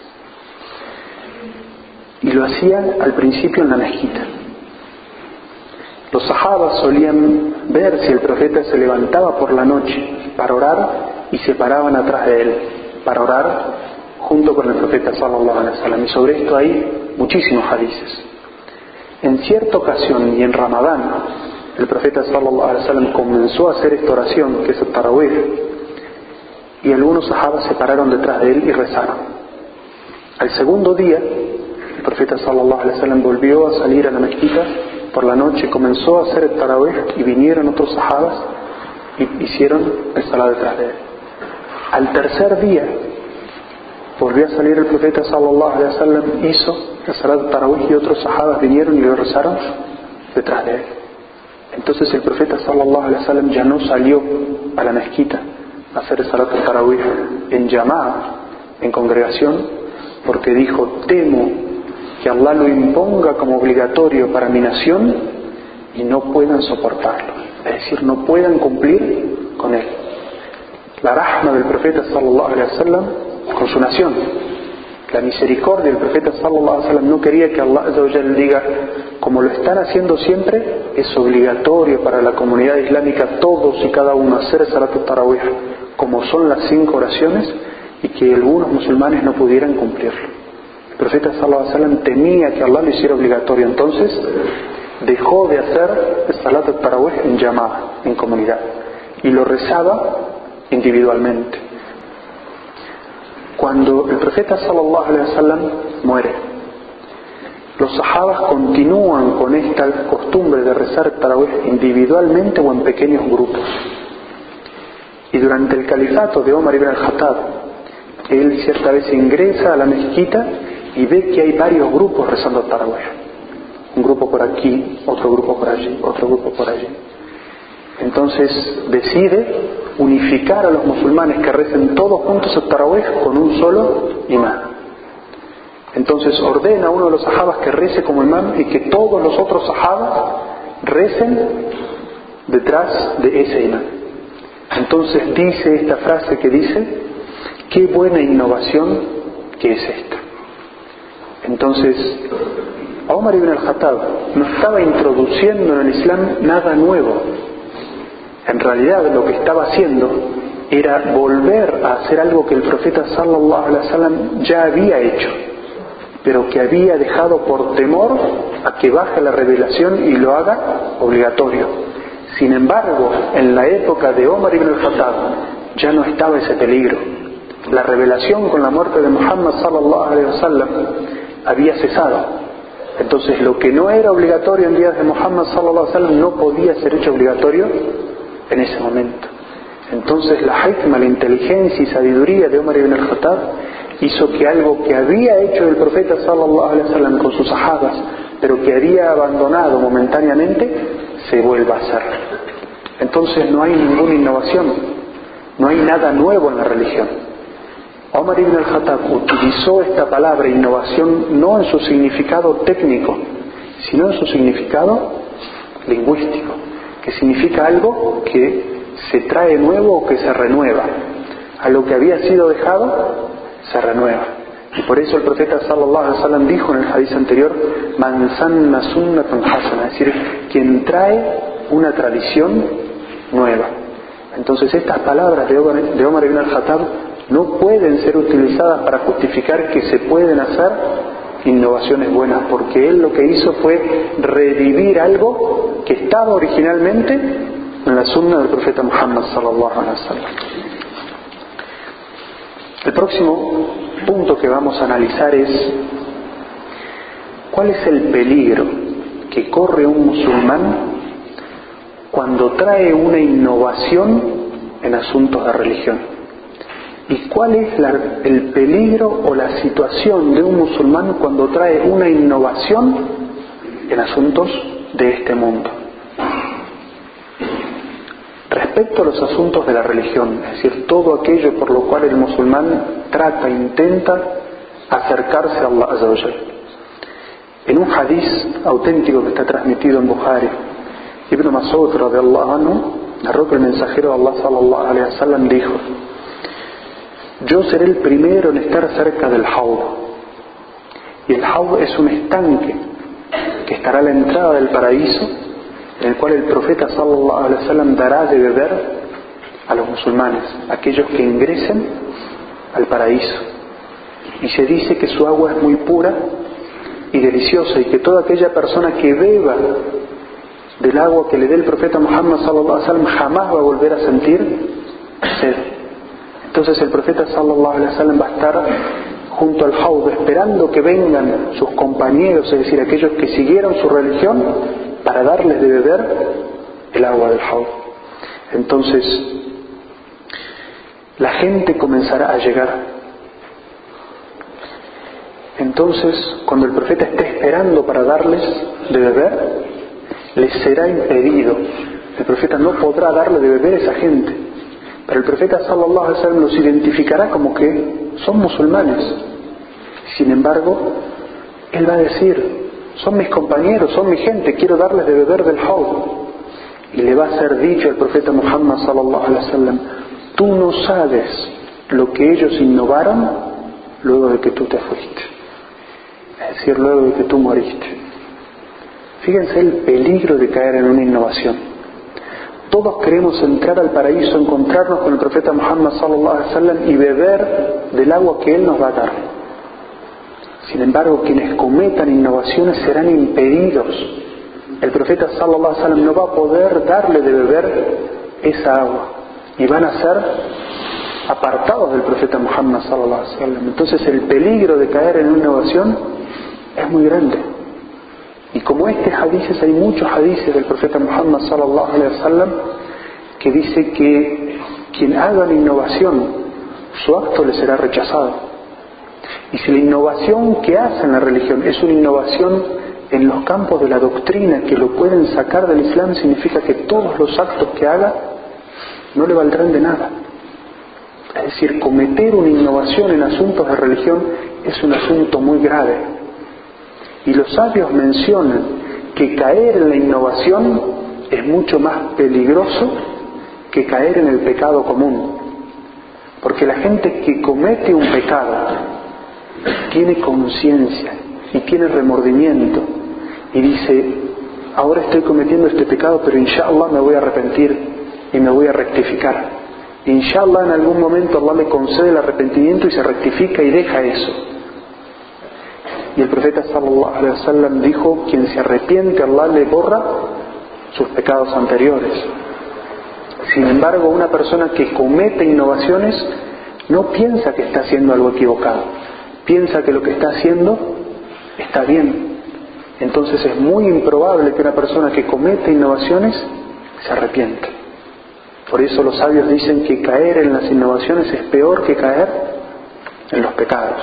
Y lo hacía al principio en la mezquita. Los sahabas solían ver si el profeta se levantaba por la noche para orar y se paraban atrás de él para orar junto con el profeta sallallahu alaihi wasallam. Y sobre esto hay muchísimos hadices. En cierta ocasión y en Ramadán, el profeta sallallahu alaihi wasallam comenzó a hacer esta oración, que es el Tarawih, y algunos sahabas se pararon detrás de él y rezaron. Al segundo día, el profeta sallallahu alaihi wasallam volvió a salir a la mezquita por la noche, comenzó a hacer el Tarawih y vinieron otros sahabas y hicieron el salat detrás de él. Al tercer día volvió a salir el profeta sallallahu alaihi wasallam, hizo el salat Tarawih y otros sahabas vinieron y lo rezaron detrás de él. Entonces el profeta sallallahu alaihi wasallam ya no salió a la mezquita a hacer el salat Tarawih en llamada, en congregación, porque dijo: temo que Allah lo imponga como obligatorio para mi nación y no puedan soportarlo, es decir, no puedan cumplir con él. La rahma del profeta sallallahu alaihi wasallam con su nación, la misericordia del profeta sallallahu alaihi wasallam, no quería que Allah azza wa jalla diga: como lo están haciendo siempre, es obligatorio para la comunidad islámica todos y cada uno hacer salat tarawih como son las 5 oraciones, y que algunos musulmanes no pudieran cumplirlo. El profeta sallallahu alaihi wasallam temía que Allah lo hiciera obligatorio, entonces dejó de hacer el salat tarawih en llamada, en comunidad, y lo rezaba individualmente. Cuando el profeta sallallahu alaihi wasallam muere, los sahabas continúan con esta costumbre de rezar tarawih individualmente o en pequeños grupos. Y durante el califato de Omar ibn al-Khattab, él cierta vez ingresa a la mezquita y ve que hay varios grupos rezando tarawih. Un grupo por aquí, otro grupo por allí, otro grupo por allí. Entonces decide unificar a los musulmanes que recen todos juntos el tarawih con un solo imán. Entonces ordena a uno de los sahabas que rece como imán y que todos los otros sahabas recen detrás de ese imán. Entonces dice esta frase que dice: qué buena innovación que es esta. Entonces Omar ibn al-Khattab no estaba introduciendo en el Islam nada nuevo. En realidad lo que estaba haciendo era volver a hacer algo que el profeta sallallahu alaihi wasallam ya había hecho, pero que había dejado por temor a que baje la revelación y lo haga obligatorio. Sin embargo, en la época de Omar ibn al-Khattab ya no estaba ese peligro. La revelación con la muerte de Muhammad sallallahu alaihi wasallam había cesado. Entonces lo que no era obligatorio en días de Muhammad sallallahu alaihi wasallam no podía ser hecho obligatorio en ese momento. Entonces la hikma, la inteligencia y sabiduría de Omar ibn al-Khattab hizo que algo que había hecho el profeta sallallahu alaihi wasallam con sus sahabas, pero que había abandonado momentáneamente, se vuelva a hacer. Entonces no hay ninguna innovación, no hay nada nuevo en la religión. Omar ibn al-Khattab utilizó esta palabra innovación no en su significado técnico, sino en su significado lingüístico, que significa algo que se trae nuevo o que se renueva. A lo que había sido dejado, se renueva. Y por eso el profeta sallallahu alaihi wasallam dijo en el hadith anterior: man sanna sunnatan hasana, es decir, quien trae una tradición nueva. Entonces estas palabras de Omar ibn al-Khattab no pueden ser utilizadas para justificar que se pueden hacer innovaciones buenas, porque él lo que hizo fue revivir algo que estaba originalmente en la sunna del profeta Muhammad sallallahu alaihi wasallam. El próximo punto que vamos a analizar es: ¿cuál es el peligro que corre un musulmán cuando trae una innovación en asuntos de religión? ¿Y cuál es el peligro o la situación de un musulmán cuando trae una innovación en asuntos de este mundo? respecto a los asuntos de la religión, es decir, todo aquello por lo cual el musulmán intenta acercarse a Allah Azza wa Jal. En un hadiz auténtico que está transmitido en Bukhari, Ibn Mas'ud radiyallahu anhu narró que el mensajero de Allah sallallahu alaihi wasallam dijo: yo seré el primero en estar cerca del Hawd, y el Hawd es un estanque que estará a la entrada del paraíso, en el cual el profeta sallallahu alaihi wasallam dará de beber a los musulmanes, aquellos que ingresen al paraíso. Y se dice que su agua es muy pura y deliciosa, y que toda aquella persona que beba del agua que le dé el profeta Muhammad sallallahu alaihi wasallam jamás va a volver a sentir sed. Entonces el profeta sallallahu alaihi wasallam va a estar junto al Hawd esperando que vengan sus compañeros, es decir, aquellos que siguieron su religión, para darles de beber el agua del Hawd. Entonces la gente comenzará a llegar. Entonces, cuando el profeta esté esperando para darles de beber, les será impedido. El profeta no podrá darle de beber a esa gente, pero el profeta sallallahu alaihi wasallam los identificará como que son musulmanes. Sin embargo, él va a decir: son mis compañeros, son mi gente, quiero darles de beber del Hawd. Y le va a ser dicho al profeta Muhammad sallallahu alaihi wasallam: tú no sabes lo que ellos innovaron luego de que tú te fuiste, es decir, luego de que tú moriste. Fíjense el peligro de caer en una innovación. Todos queremos entrar al paraíso, encontrarnos con el profeta Muhammad sallallahu alaihi wasallam y beber del agua que él nos va a dar. Sin embargo, quienes cometan innovaciones serán impedidos. El profeta sallallahu alaihi wasallam no va a poder darle de beber esa agua y van a ser apartados del profeta Muhammad sallallahu alaihi wasallam. Entonces el peligro de caer en una innovación es muy grande. Y como hadices, hay muchos hadices del profeta Muhammad sallallahu alaihi wasallam que dice que quien haga una innovación, su acto le será rechazado. Y si la innovación que hace en la religión es una innovación en los campos de la doctrina que lo pueden sacar del Islam, significa que todos los actos que haga no le valdrán de nada. Es decir, cometer una innovación en asuntos de religión es un asunto muy grave. Y los sabios mencionan que caer en la innovación es mucho más peligroso que caer en el pecado común. Porque la gente que comete un pecado tiene conciencia y tiene remordimiento y dice: ahora estoy cometiendo este pecado, pero inshallah me voy a arrepentir y me voy a rectificar. Inshallah en algún momento Allah le concede el arrepentimiento y se rectifica y deja eso. Y el profeta sallallahu alaihi wasallam dijo: quien se arrepiente, Allah le borra sus pecados anteriores. Sin embargo, una persona que comete innovaciones no piensa que está haciendo algo equivocado, piensa que lo que está haciendo está bien. Entonces es muy improbable que una persona que comete innovaciones se arrepienta. Por eso los sabios dicen que caer en las innovaciones es peor que caer en los pecados.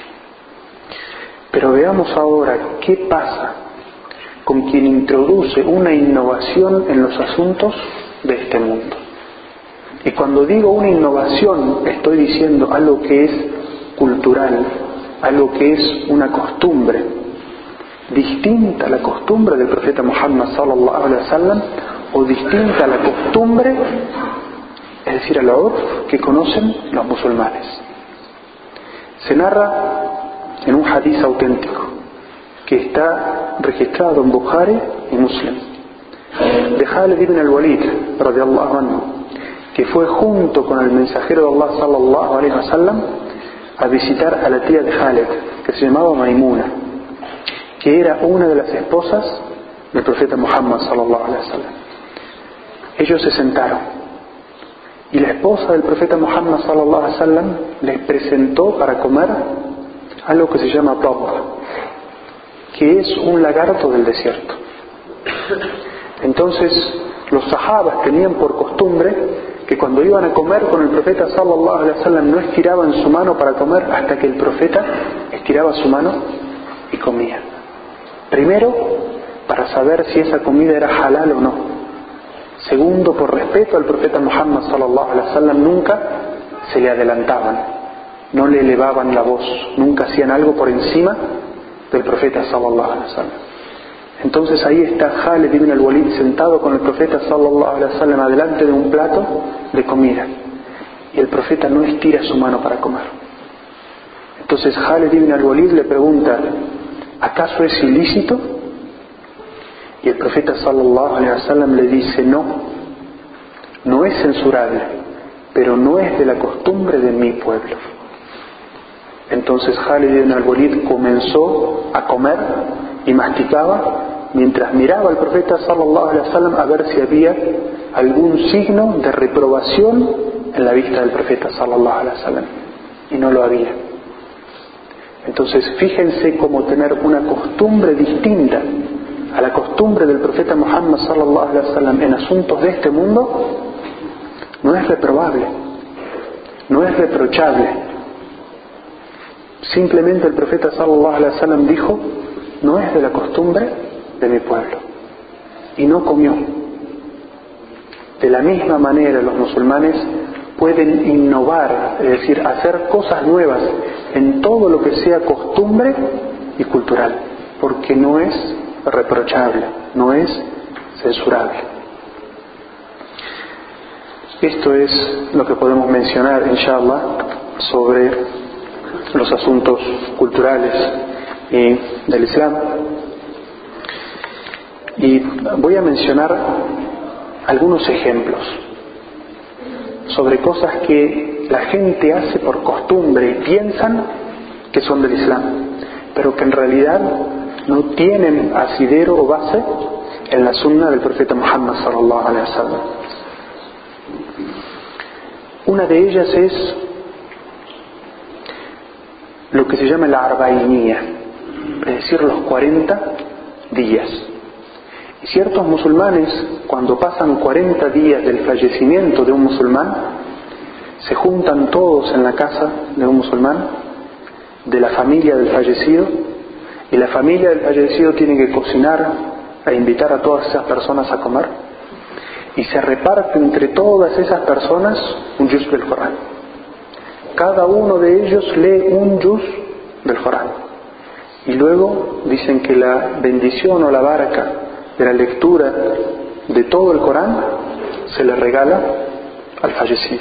Pero veamos ahora qué pasa con quien introduce una innovación en los asuntos de este mundo. Y cuando digo una innovación, estoy diciendo algo que es cultural, algo que es una costumbre distinta a la costumbre del profeta Muhammad sallallahu alaihi wasallam, o distinta a la costumbre, es decir, a la urf que conocen los musulmanes. Se narra en un hadiz auténtico que está registrado en Bukhari y Muslim, de Khalid ibn al-Walid radiyallahu anhu, que fue junto con el mensajero de Allah sallallahu alaihi wasallam a visitar a la tía de Khalid, que se llamaba Maimuna, que era una de las esposas del profeta Muhammad sallallahu alaihi wasallam. Ellos se sentaron y la esposa del profeta Muhammad sallallahu alaihi wasallam les presentó para comer algo que se llama dab, que es un lagarto del desierto. Entonces los sahabas tenían por costumbre que cuando iban a comer con el profeta sallallahu alaihi wasallam no estiraban su mano para comer hasta que el profeta estiraba su mano y comía. Primero, para saber si esa comida era halal o no. Segundo, por respeto al profeta Muhammad sallallahu alaihi wasallam, nunca se le adelantaban, no le elevaban la voz, nunca hacían algo por encima del profeta sallallahu alaihi wasallam. Entonces ahí está Khalid ibn al-Walid sentado con el profeta sallallahu alaihi wasallam adelante de un plato de comida, y el profeta no estira su mano para comer. Entonces Khalid ibn al-Walid le pregunta: ¿acaso es ilícito? Y el profeta sallallahu alaihi wasallam le dice: no es censurable, pero no es de la costumbre de mi pueblo. Entonces Khalid ibn al-Walid comenzó a comer y masticaba mientras miraba al profeta sallallahu alaihi wasallam a ver si había algún signo de reprobación en la vista del profeta sallallahu alaihi wasallam, y no lo había. Entonces fíjense cómo tener una costumbre distinta a la costumbre del profeta Muhammad sallallahu alaihi wasallam en asuntos de este mundo no es reprobable, no es reprochable. Simplemente el profeta sallallahu alaihi wasallam dijo: no es de la costumbre de mi pueblo, y no comió. De la misma manera los musulmanes pueden innovar, es decir, hacer cosas nuevas en todo lo que sea costumbre y cultural, porque no es reprochable, no es censurable. Esto es lo que podemos mencionar, inshallah, sobre los asuntos culturales y del Islam. Y voy a mencionar algunos ejemplos sobre cosas que la gente hace por costumbre y piensan que son del Islam, pero que en realidad no tienen asidero o base en la sunna del profeta Muhammad sallallahu alaihi wasallam. Una de ellas es lo que se llama la arba'inía, es decir, los 40 días. Y ciertos musulmanes, cuando pasan 40 días del fallecimiento de un musulmán, se juntan todos en la casa de un musulmán, de la familia del fallecido, y la familia del fallecido tiene que cocinar e invitar a todas esas personas a comer, y se reparte entre todas esas personas un juz del Corán. Cada uno de ellos lee un juz del Corán, y luego dicen que la bendición o la baraka de la lectura de todo el Corán se le regala al fallecido.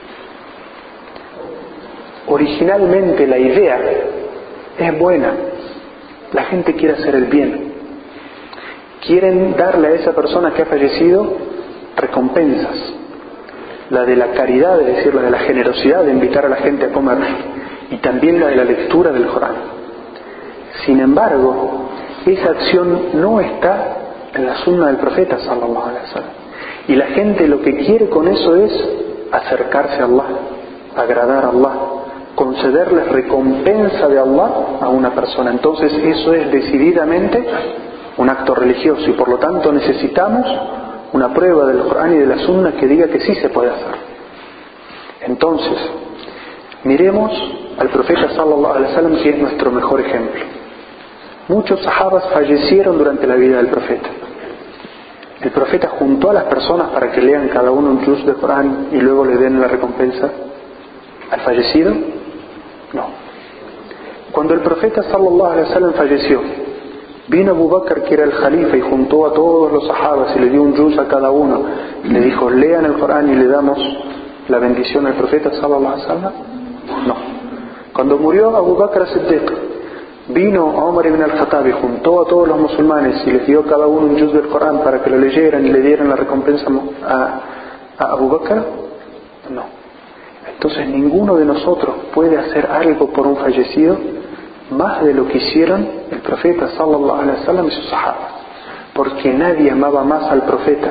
Originalmente la idea es buena, la gente quiere hacer el bien, quieren darle a esa persona que ha fallecido recompensas, la de la caridad, es decir, la de la generosidad de invitar a la gente a comer, y también la de la lectura del Corán. Sin embargo, esa acción no está en la sunna del profeta sallallahu alaihi wasallam, y la gente lo que quiere con eso es acercarse a Allah, agradar a Allah, concederle recompensa de Allah a una persona. Entonces eso es decididamente un acto religioso, y por lo tanto necesitamos una prueba del Corán y de la sunna que diga que sí se puede hacer. Entonces miremos al profeta sallallahu alaihi wasallam, que es nuestro mejor ejemplo. Muchos sahabas fallecieron durante la vida del profeta. ¿El profeta juntó a las personas para que lean cada uno un juz del Corán y luego le den la recompensa al fallecido? No. Cuando el profeta sallallahu alaihi wasallam falleció, vino Abu Bakr, que era el jalifa, y juntó a todos los sahabas y le dio un juz a cada uno y le dijo: lean el Corán y le damos la bendición al profeta sallallahu alaihi wasallam. No. Cuando murió Abu Bakr as-Siddiq, vino Omar ibn al-Khattab y juntó a todos los musulmanes y les dio cada uno un juz del Corán para que lo leyeran y le dieran la recompensa a Abu Bakr. No. Entonces ninguno de nosotros puede hacer algo por un fallecido más de lo que hicieron el profeta sallallahu alaihi wasallam y sus sahabas, porque nadie amaba más al profeta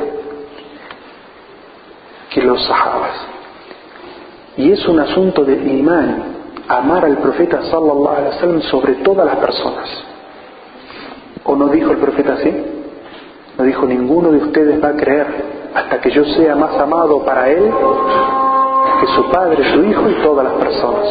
que los sahabas. Y es un asunto de imán, amar al profeta sallallahu alaihi wasallam sobre todas las personas. ¿O no dijo el profeta así? No dijo: ninguno de ustedes va a creer hasta que yo sea más amado para él que su padre, su hijo y todas las personas.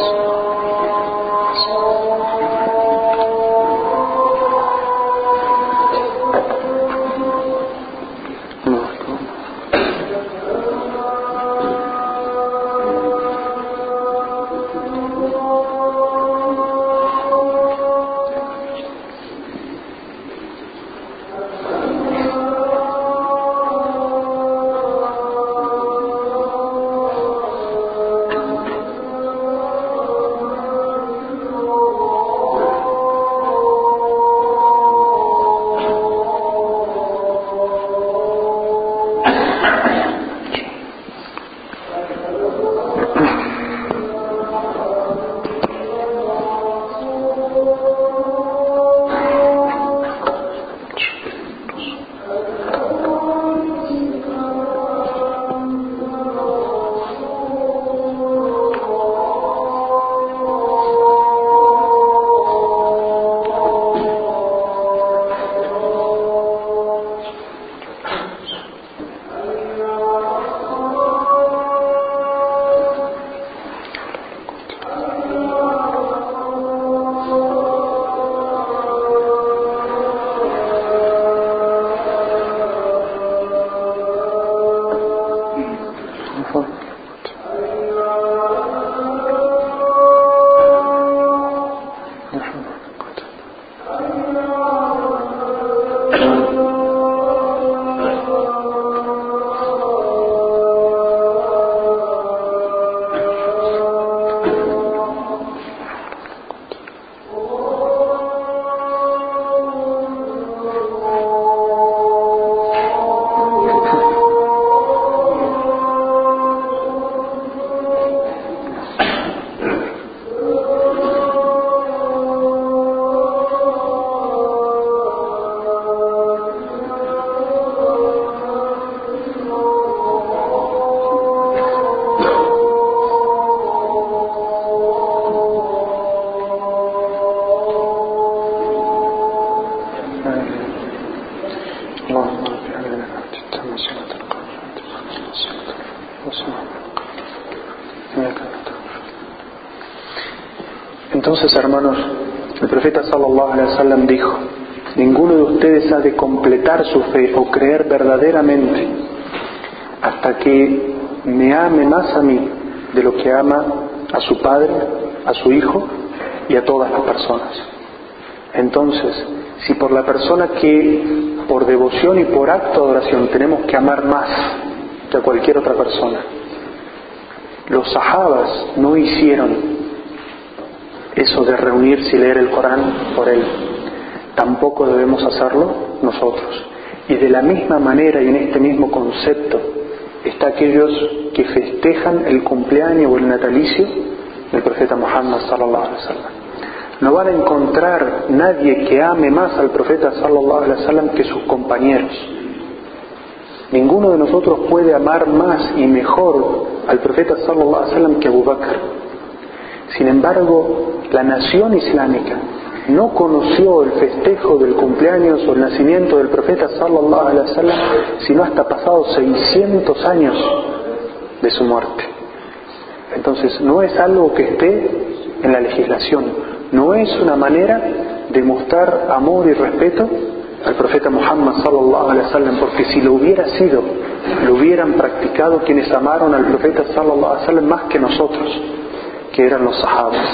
Entonces, hermanos, el profeta sallallahu alaihi wasallam dijo: ninguno de ustedes ha de completar su fe o creer verdaderamente hasta que me ame más a mí de lo que ama a su padre, a su hijo y a todas las personas. Entonces, si por la persona que por devoción y por acto de adoración tenemos que amar más que a cualquier otra persona, los sahabas no hicieron eso de reunirse y leer el Corán por él, tampoco debemos hacerlo nosotros. Y de la misma manera y en este mismo concepto está aquellos que festejan el cumpleaños o el natalicio del profeta Muhammad sallallahu alaihi wasallam. No van a encontrar nadie que ame más al profeta sallallahu alaihi wasallam que sus compañeros. Ninguno de nosotros puede amar más y mejor al profeta sallallahu alaihi wasallam que Abu Bakr. Sin embargo, la nación islámica no conoció el festejo del cumpleaños o el nacimiento del profeta sallallahu alaihi wasallam sino hasta pasados 600 años de su muerte. Entonces, no es algo que esté en la legislación, no es una manera de mostrar amor y respeto al profeta Muhammad sallallahu alaihi wasallam, porque si lo hubiera sido, lo hubieran practicado quienes amaron al profeta sallallahu alaihi wasallam más que nosotros, que eran los sahabas.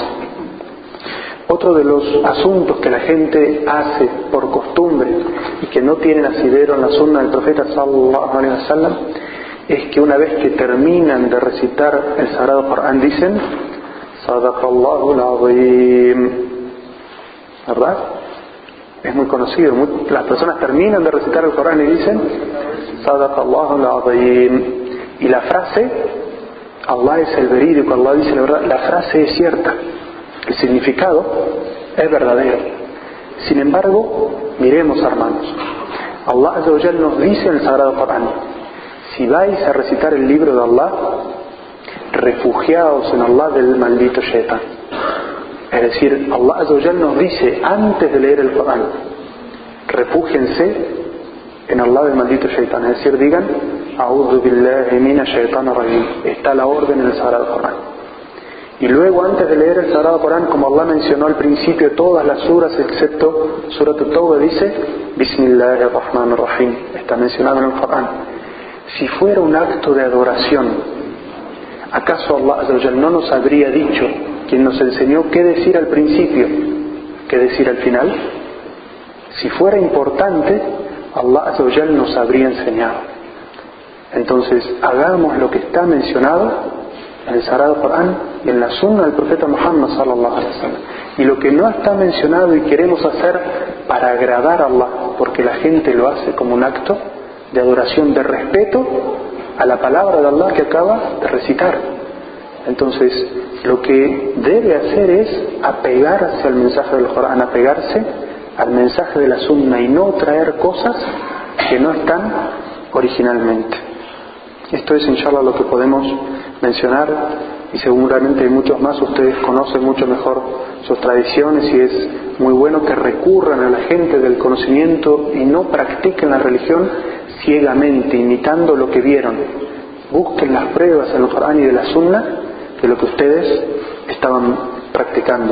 Otro de los asuntos que la gente hace por costumbre y que no tienen asidero en la sunna del profeta sallallahu alaihi wasallam es que una vez que terminan de recitar el Sagrado Corán dicen Sadaqallahu al-Azim, ¿verdad? Es muy conocido. Las personas terminan de recitar el Corán y dicen Sadaqallahu al-Azim, y la frase, Allah es el verídico, Allah dice la verdad, la frase es cierta, el significado es verdadero. Sin embargo, miremos, hermanos, Allah Azza wa Jalla nos dice en el Sagrado Corán: si vais a recitar el libro de Allah, refugiaos en Allah del maldito Shaitán. Es decir, Allah Azza wa Jalla nos dice antes de leer el Corán: refúgiense en Allah del maldito Shaitán. Es decir, digan A'udhu billahi minash shaitanir rajim. Está la orden en el Sagrado Corán. Y luego, antes de leer el Sagrado Corán, como Allah mencionó al principio todas las suras excepto Surat At-Tawbah, dice Bismillahirrahmanirrahim. Está mencionado en el Corán. Si fuera un acto de adoración, ¿acaso Allah Azza wa Jalla no nos habría dicho, quien nos enseñó qué decir al principio, qué decir al final? Si fuera importante, Allah Azza wa Jalla nos habría enseñado. Entonces, hagamos lo que está mencionado en el Sagrado Corán y en la Sunna del profeta Muhammad sallallahu alaihi wasallam. Y lo que no está mencionado y queremos hacer para agradar a Allah, porque la gente lo hace como un acto de adoración, de respeto a la palabra de Allah que acaba de recitar. Entonces, lo que debe hacer es apegarse al mensaje del Corán, apegarse al mensaje de la Sunna y no traer cosas que no están originalmente. Esto es, inshallah, lo que podemos mencionar, y seguramente hay muchos más. Ustedes conocen mucho mejor sus tradiciones y es muy bueno que recurran a la gente del conocimiento y no practiquen la religión ciegamente, imitando lo que vieron. Busquen las pruebas en el Corán y de la Sunna de lo que ustedes estaban practicando.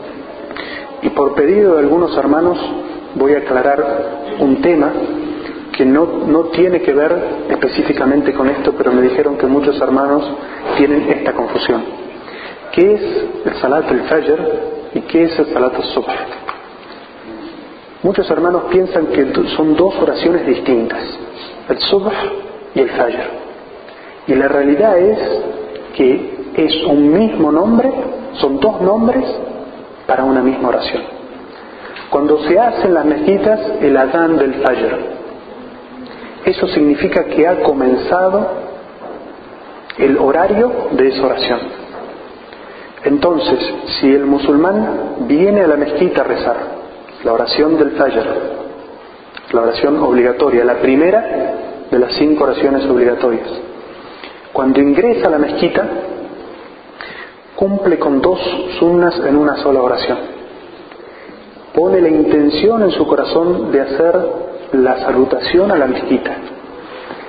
Y por pedido de algunos hermanos voy a aclarar un tema que no tiene que ver específicamente con esto, pero me dijeron que muchos hermanos tienen esta confusión. ¿Qué es el Salat al-Fajr y qué es el Salat al-Subh? Muchos hermanos piensan que son dos oraciones distintas, el Subh y el Fajr. Y la realidad es que es un mismo nombre, son dos nombres para una misma oración. Cuando se hace en las mezquitas el adán del Fajr, eso significa que ha comenzado el horario de esa oración. Entonces, si el musulmán viene a la mezquita a rezar la oración del Fajr, la oración obligatoria, la primera de las 5 oraciones obligatorias, cuando ingresa a la mezquita, cumple con 2 sunnas en una sola oración. Pone la intención en su corazón de hacer la salutación a la mezquita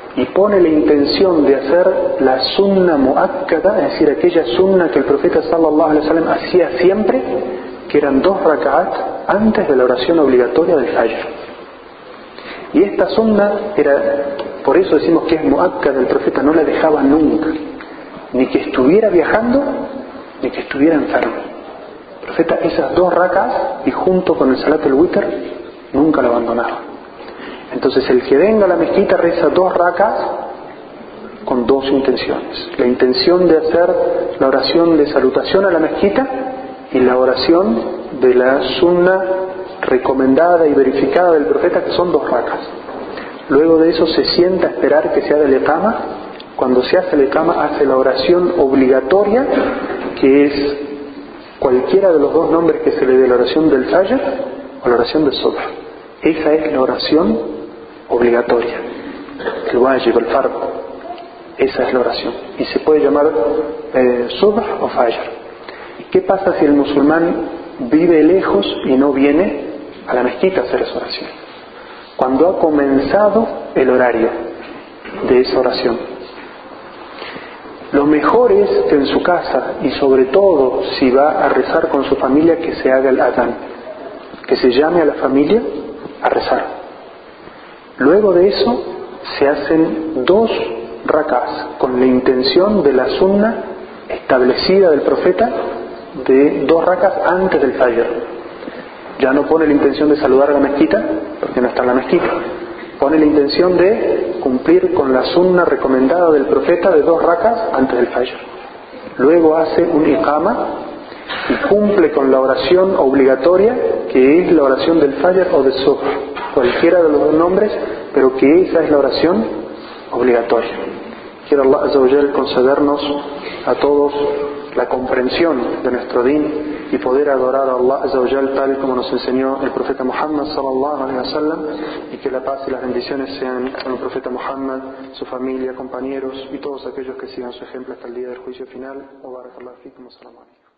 y pone la intención de hacer la sunna muakkada, es decir, aquella sunna que el profeta sallallahu alaihi wasallam hacía siempre, que eran 2 rak'at antes de la oración obligatoria del Fajr. Y esta sunna era, por eso decimos que es muakkada, el profeta no la dejaba nunca, ni que estuviera viajando, ni que estuviera enfermo. El profeta esas 2 rak'at y junto con el salat al-witr nunca la abandonaba. Entonces el que venga a la mezquita reza 2 rak'at con 2 intenciones. La intención de hacer la oración de salutación a la mezquita y la oración de la sunna recomendada y verificada del profeta, que son 2 rak'at. Luego de eso se sienta a esperar que se haga el iqama. Cuando se hace el iqama hace la oración obligatoria, que es cualquiera de los 2 nombres que se le dé, la oración del Fajr o la oración del Subh. Esa es la oración obligatoria, el wajib, el fard. Esa es la oración y se puede llamar Subh o Fajr. ¿Qué pasa si el musulmán vive lejos y no viene a la mezquita a hacer esa oración? Cuando ha comenzado el horario de esa oración, lo mejor es que en su casa, y sobre todo si va a rezar con su familia, que se haga el adán, que se llame a la familia a rezar. Luego de eso se hacen 2 rak'as con la intención de la sunna establecida del profeta de 2 rak'as antes del Fajr. Ya no pone la intención de saludar a la mezquita porque no está en la mezquita. Pone la intención de cumplir con la sunna recomendada del profeta de 2 rak'as antes del Fajr. Luego hace un iqama y cumple con la oración obligatoria, que es la oración del Fajr o del Subh, cualquiera de los 2 nombres, pero que esa es la oración obligatoria. Quiero Allah Azza wa Jal concedernos a todos la comprensión de nuestro din y poder adorar a Allah Azza wa Jal tal como nos enseñó el profeta Muhammad sallallahu alaihi wasallam, y que la paz y las bendiciones sean con el profeta Muhammad, su familia, compañeros y todos aquellos que sigan su ejemplo hasta el día del juicio final. Wa barakallahu fikum wa salamu alaikum.